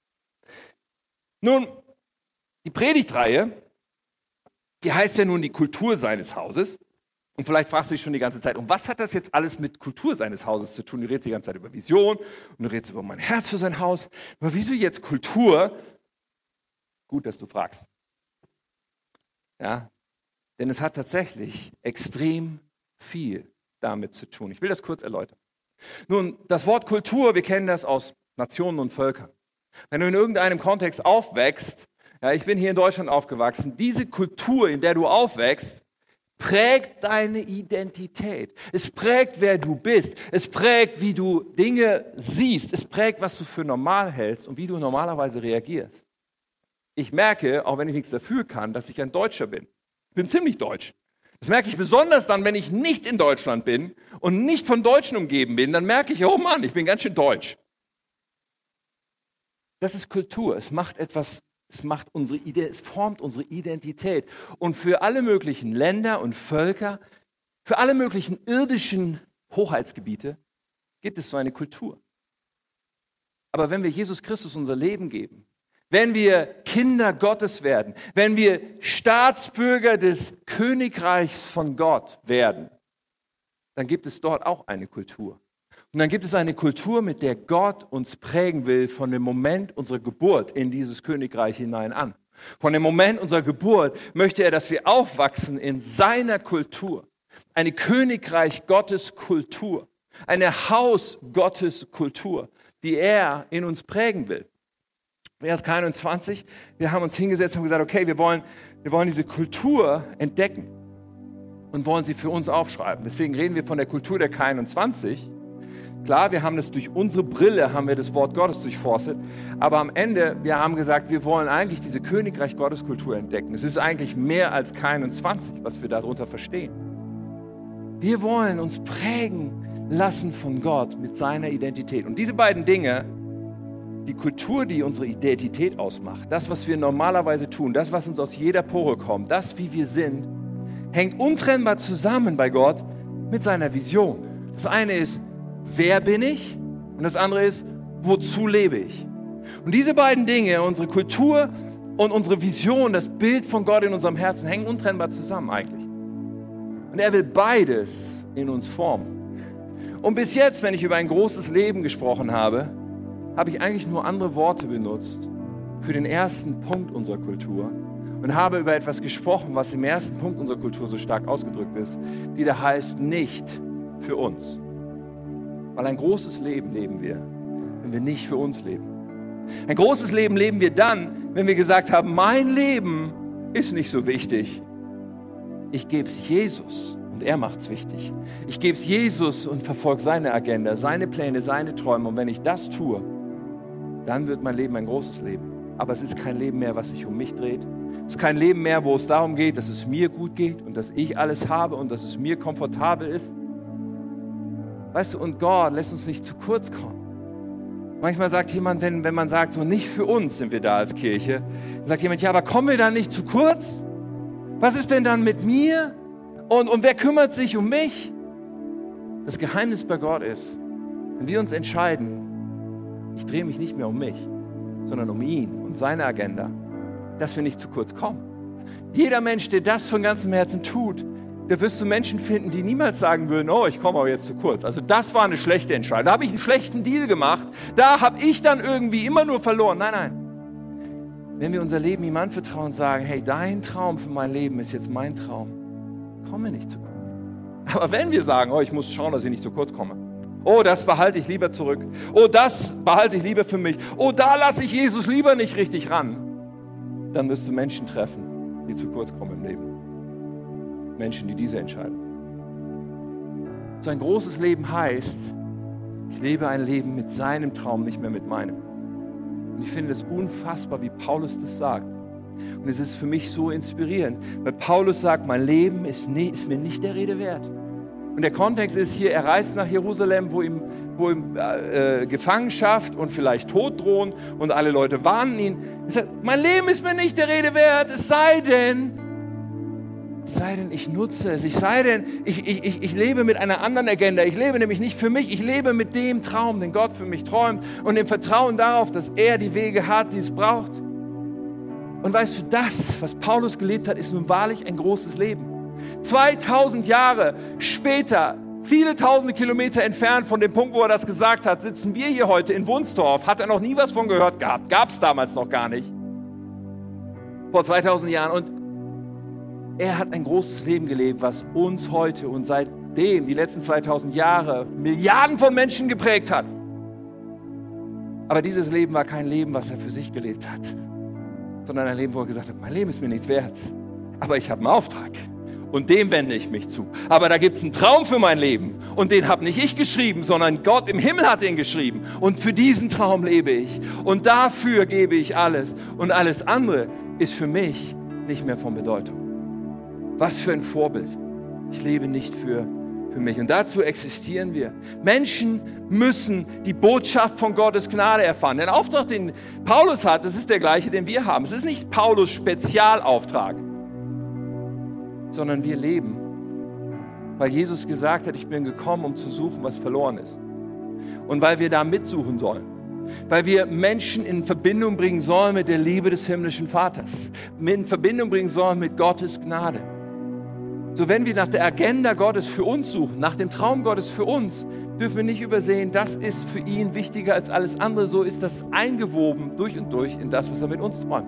Nun, die Predigtreihe, die heißt ja nun die Kultur seines Hauses. Und vielleicht fragst du dich schon die ganze Zeit, und was hat das jetzt alles mit Kultur seines Hauses zu tun? Du redest die ganze Zeit über Vision und du redest über mein Herz für sein Haus. Aber wieso jetzt Kultur? Gut, dass du fragst. Ja, denn es hat tatsächlich extrem viel damit zu tun. Ich will das kurz erläutern. Nun, das Wort Kultur, wir kennen das aus Nationen und Völkern. Wenn du in irgendeinem Kontext aufwächst, ja, ich bin hier in Deutschland aufgewachsen, diese Kultur, in der du aufwächst, prägt deine Identität. Es prägt, wer du bist. Es prägt, wie du Dinge siehst. Es prägt, was du für normal hältst und wie du normalerweise reagierst. Ich merke, auch wenn ich nichts dafür kann, dass ich ein Deutscher bin. Ich bin ziemlich deutsch. Das merke ich besonders dann, wenn ich nicht in Deutschland bin und nicht von Deutschen umgeben bin. Dann merke ich, oh Mann, ich bin ganz schön deutsch. Das ist Kultur. Es macht etwas, es macht unsere Idee, es formt unsere Identität. Und für alle möglichen Länder und Völker, für alle möglichen irdischen Hoheitsgebiete gibt es so eine Kultur. Aber wenn wir Jesus Christus unser Leben geben, wenn wir Kinder Gottes werden, wenn wir Staatsbürger des Königreichs von Gott werden, dann gibt es dort auch eine Kultur. Und dann gibt es eine Kultur, mit der Gott uns prägen will von dem Moment unserer Geburt in dieses Königreich hinein an. Von dem Moment unserer Geburt möchte er, dass wir aufwachsen in seiner Kultur. Eine Königreich Gottes Kultur. Eine Haus Gottes Kultur, die er in uns prägen will. Vers einundzwanzig, wir haben uns hingesetzt und gesagt, okay, wir wollen, wir wollen diese Kultur entdecken und wollen sie für uns aufschreiben. Deswegen reden wir von der Kultur der K einundzwanzig. Klar, wir haben das durch unsere Brille, haben wir das Wort Gottes durchforstet, aber am Ende, wir haben gesagt, wir wollen eigentlich diese Königreich Gottes Kultur entdecken. Es ist eigentlich mehr als K einundzwanzig, was wir darunter verstehen. Wir wollen uns prägen lassen von Gott mit seiner Identität. Und diese beiden Dinge, die Kultur, die unsere Identität ausmacht, das, was wir normalerweise tun, das, was uns aus jeder Pore kommt, das, wie wir sind, hängt untrennbar zusammen bei Gott mit seiner Vision. Das eine ist, wer bin ich? Und das andere ist, wozu lebe ich? Und diese beiden Dinge, unsere Kultur und unsere Vision, das Bild von Gott in unserem Herzen, hängen untrennbar zusammen eigentlich. Und er will beides in uns formen. Und bis jetzt, wenn ich über ein großes Leben gesprochen habe, habe ich eigentlich nur andere Worte benutzt für den ersten Punkt unserer Kultur und habe über etwas gesprochen, was im ersten Punkt unserer Kultur so stark ausgedrückt ist, die da heißt, nicht für uns. Weil ein großes Leben leben wir, wenn wir nicht für uns leben. Ein großes Leben leben wir dann, wenn wir gesagt haben, mein Leben ist nicht so wichtig. Ich gebe es Jesus und er macht es wichtig. Ich gebe es Jesus und verfolge seine Agenda, seine Pläne, seine Träume. Und wenn ich das tue, dann wird mein Leben ein großes Leben. Aber es ist kein Leben mehr, was sich um mich dreht. Es ist kein Leben mehr, wo es darum geht, dass es mir gut geht und dass ich alles habe und dass es mir komfortabel ist. Weißt du, und Gott lässt uns nicht zu kurz kommen. Manchmal sagt jemand, wenn, wenn man sagt, so nicht für uns sind wir da als Kirche, dann sagt jemand, ja, aber kommen wir da nicht zu kurz? Was ist denn dann mit mir? Und, und wer kümmert sich um mich? Das Geheimnis bei Gott ist, wenn wir uns entscheiden, ich drehe mich nicht mehr um mich, sondern um ihn und seine Agenda, dass wir nicht zu kurz kommen. Jeder Mensch, der das von ganzem Herzen tut, da wirst du Menschen finden, die niemals sagen würden, oh, ich komme aber jetzt zu kurz. Also das war eine schlechte Entscheidung. Da habe ich einen schlechten Deal gemacht. Da habe ich dann irgendwie immer nur verloren. Nein, nein. Wenn wir unser Leben ihm anvertrauen und sagen, hey, dein Traum für mein Leben ist jetzt mein Traum, kommen wir nicht zu kurz. Aber wenn wir sagen, oh, ich muss schauen, dass ich nicht zu kurz komme. Oh, das behalte ich lieber zurück. Oh, das behalte ich lieber für mich. Oh, da lasse ich Jesus lieber nicht richtig ran. Dann wirst du Menschen treffen, die zu kurz kommen im Leben. Menschen, die diese entscheiden. So ein großes Leben heißt, ich lebe ein Leben mit seinem Traum, nicht mehr mit meinem. Und ich finde es unfassbar, wie Paulus das sagt. Und es ist für mich so inspirierend, weil Paulus sagt, mein Leben ist, nie, ist mir nicht der Rede wert. Und der Kontext ist hier, er reist nach Jerusalem, wo ihm, wo ihm äh, Gefangenschaft und vielleicht Tod drohen und alle Leute warnen ihn. Er sagt, mein Leben ist mir nicht der Rede wert, es sei denn, Es sei denn, ich nutze es. Es sei denn, ich, ich, ich, ich lebe mit einer anderen Agenda. Ich lebe nämlich nicht für mich. Ich lebe mit dem Traum, den Gott für mich träumt und dem Vertrauen darauf, dass er die Wege hat, die es braucht. Und weißt du, das, was Paulus gelebt hat, ist nun wahrlich ein großes Leben. zweitausend Jahre später, viele tausende Kilometer entfernt von dem Punkt, wo er das gesagt hat, sitzen wir hier heute in Wunstorf. Hat er noch nie was von gehört gehabt. Gab es damals noch gar nicht. Vor zweitausend Jahren. Und er hat ein großes Leben gelebt, was uns heute und seitdem, die letzten zweitausend Jahre, Milliarden von Menschen geprägt hat. Aber dieses Leben war kein Leben, was er für sich gelebt hat, sondern ein Leben, wo er gesagt hat, mein Leben ist mir nichts wert, aber ich habe einen Auftrag und dem wende ich mich zu. Aber da gibt es einen Traum für mein Leben und den habe nicht ich geschrieben, sondern Gott im Himmel hat den geschrieben. Und für diesen Traum lebe ich und dafür gebe ich alles. Und alles andere ist für mich nicht mehr von Bedeutung. Was für ein Vorbild. Ich lebe nicht für, für mich. Und dazu existieren wir. Menschen müssen die Botschaft von Gottes Gnade erfahren. Den Auftrag, den Paulus hat, das ist der gleiche, den wir haben. Es ist nicht Paulus Spezialauftrag, sondern wir leben. Weil Jesus gesagt hat, ich bin gekommen, um zu suchen, was verloren ist. Und weil wir da mitsuchen sollen. Weil wir Menschen in Verbindung bringen sollen mit der Liebe des himmlischen Vaters. In Verbindung bringen sollen mit Gottes Gnade. So, wenn wir nach der Agenda Gottes für uns suchen, nach dem Traum Gottes für uns, dürfen wir nicht übersehen, das ist für ihn wichtiger als alles andere. So ist das eingewoben durch und durch in das, was er mit uns träumt.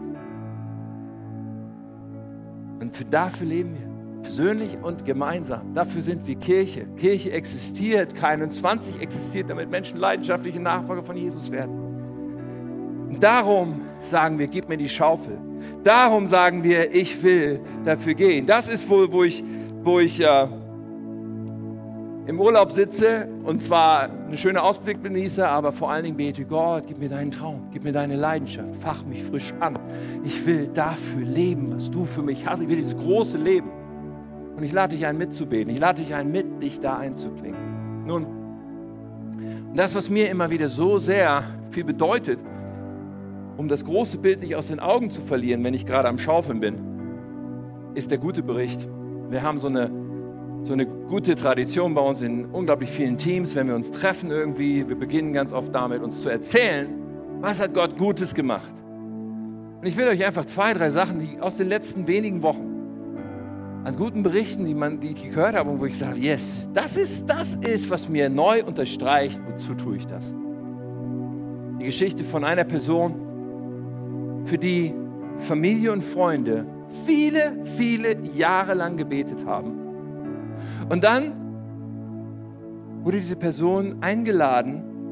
Und für dafür leben wir, persönlich und gemeinsam. Dafür sind wir Kirche. Kirche existiert, K einundzwanzig existiert, damit Menschen leidenschaftliche Nachfolger von Jesus werden. Und darum sagen wir, gib mir die Schaufel. Darum sagen wir, ich will dafür gehen. Das ist wohl, wo ich, wo ich äh, im Urlaub sitze und zwar einen schönen Ausblick genieße, aber vor allen Dingen bete, Gott, gib mir deinen Traum, gib mir deine Leidenschaft, fach mich frisch an. Ich will dafür leben, was du für mich hast. Ich will dieses große Leben. Und ich lade dich ein, mitzubeten. Ich lade dich ein, mit dich da einzuklingen. Nun, das, was mir immer wieder so sehr viel bedeutet, um das große Bild nicht aus den Augen zu verlieren, wenn ich gerade am Schaufeln bin, ist der gute Bericht. Wir haben so eine, so eine gute Tradition bei uns in unglaublich vielen Teams, wenn wir uns treffen irgendwie, wir beginnen ganz oft damit, uns zu erzählen, was hat Gott Gutes gemacht. Und ich will euch einfach zwei, drei Sachen, die aus den letzten wenigen Wochen, an guten Berichten, die, man, die ich gehört habe und wo ich sage, yes, das ist, das ist, was mir neu unterstreicht, wozu tue ich das. Die Geschichte von einer Person, für die Familie und Freunde viele, viele Jahre lang gebetet haben. Und dann wurde diese Person eingeladen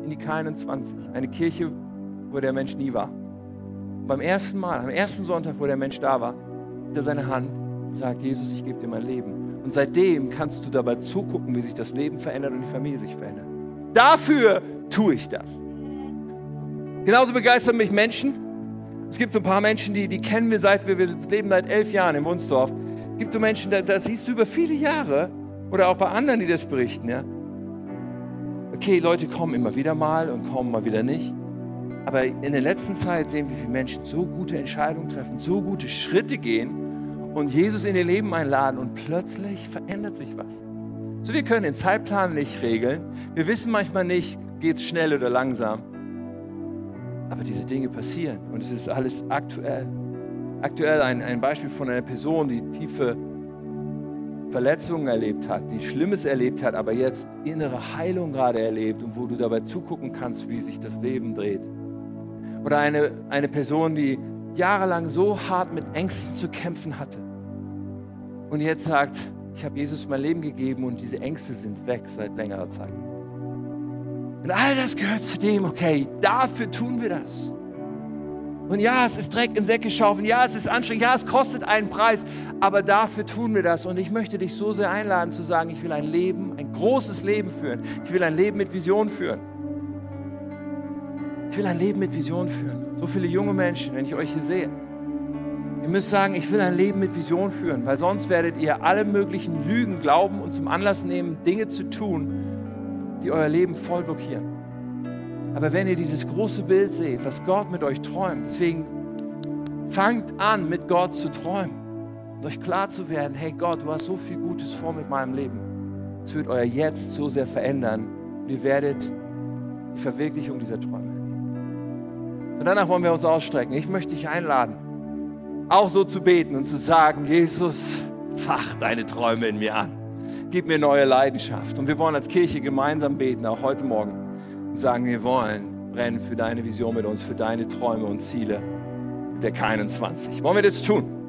in die K einundzwanzig, eine Kirche, wo der Mensch nie war. Beim ersten Mal, am ersten Sonntag, wo der Mensch da war, nimmt er seine Hand und sagt, Jesus, ich gebe dir mein Leben. Und seitdem kannst du dabei zugucken, wie sich das Leben verändert und die Familie sich verändert. Dafür tue ich das. Genauso begeistern mich Menschen. Es gibt so ein paar Menschen, die, die kennen wir seit, wir, wir leben seit elf Jahren in Wunsdorf. Es gibt so Menschen, da, da siehst du über viele Jahre, oder auch bei anderen, die das berichten, ja. Okay, Leute kommen immer wieder mal und kommen mal wieder nicht. Aber in der letzten Zeit sehen wir, wie Menschen so gute Entscheidungen treffen, so gute Schritte gehen und Jesus in ihr Leben einladen und plötzlich verändert sich was. So, wir können den Zeitplan nicht regeln. Wir wissen manchmal nicht, geht es schnell oder langsam. Aber diese Dinge passieren und es ist alles aktuell. Aktuell ein, ein Beispiel von einer Person, die tiefe Verletzungen erlebt hat, die Schlimmes erlebt hat, aber jetzt innere Heilung gerade erlebt und wo du dabei zugucken kannst, wie sich das Leben dreht. Oder eine, eine Person, die jahrelang so hart mit Ängsten zu kämpfen hatte und jetzt sagt, ich habe Jesus mein Leben gegeben und diese Ängste sind weg seit längerer Zeit. Und all das gehört zu dem, okay, dafür tun wir das. Und ja, es ist Dreck in Säcke schaufeln, ja, es ist anstrengend, ja, es kostet einen Preis, aber dafür tun wir das. Und ich möchte dich so sehr einladen zu sagen, ich will ein Leben, ein großes Leben führen. Ich will ein Leben mit Vision führen. Ich will ein Leben mit Vision führen. So viele junge Menschen, wenn ich euch hier sehe. Ihr müsst sagen, ich will ein Leben mit Vision führen, weil sonst werdet ihr alle möglichen Lügen glauben und zum Anlass nehmen, Dinge zu tun, die euer Leben voll blockieren. Aber wenn ihr dieses große Bild seht, was Gott mit euch träumt, deswegen fangt an, mit Gott zu träumen und euch klar zu werden, hey Gott, du hast so viel Gutes vor mit meinem Leben. Es wird euer Jetzt so sehr verändern und ihr werdet die Verwirklichung dieser Träume erleben. Und danach wollen wir uns ausstrecken. Ich möchte dich einladen, auch so zu beten und zu sagen, Jesus, fach deine Träume in mir an. Gib mir neue Leidenschaft. Und wir wollen als Kirche gemeinsam beten, auch heute Morgen. Und sagen, wir wollen brennen für deine Vision mit uns, für deine Träume und Ziele mit der K einundzwanzig. Wollen wir das tun?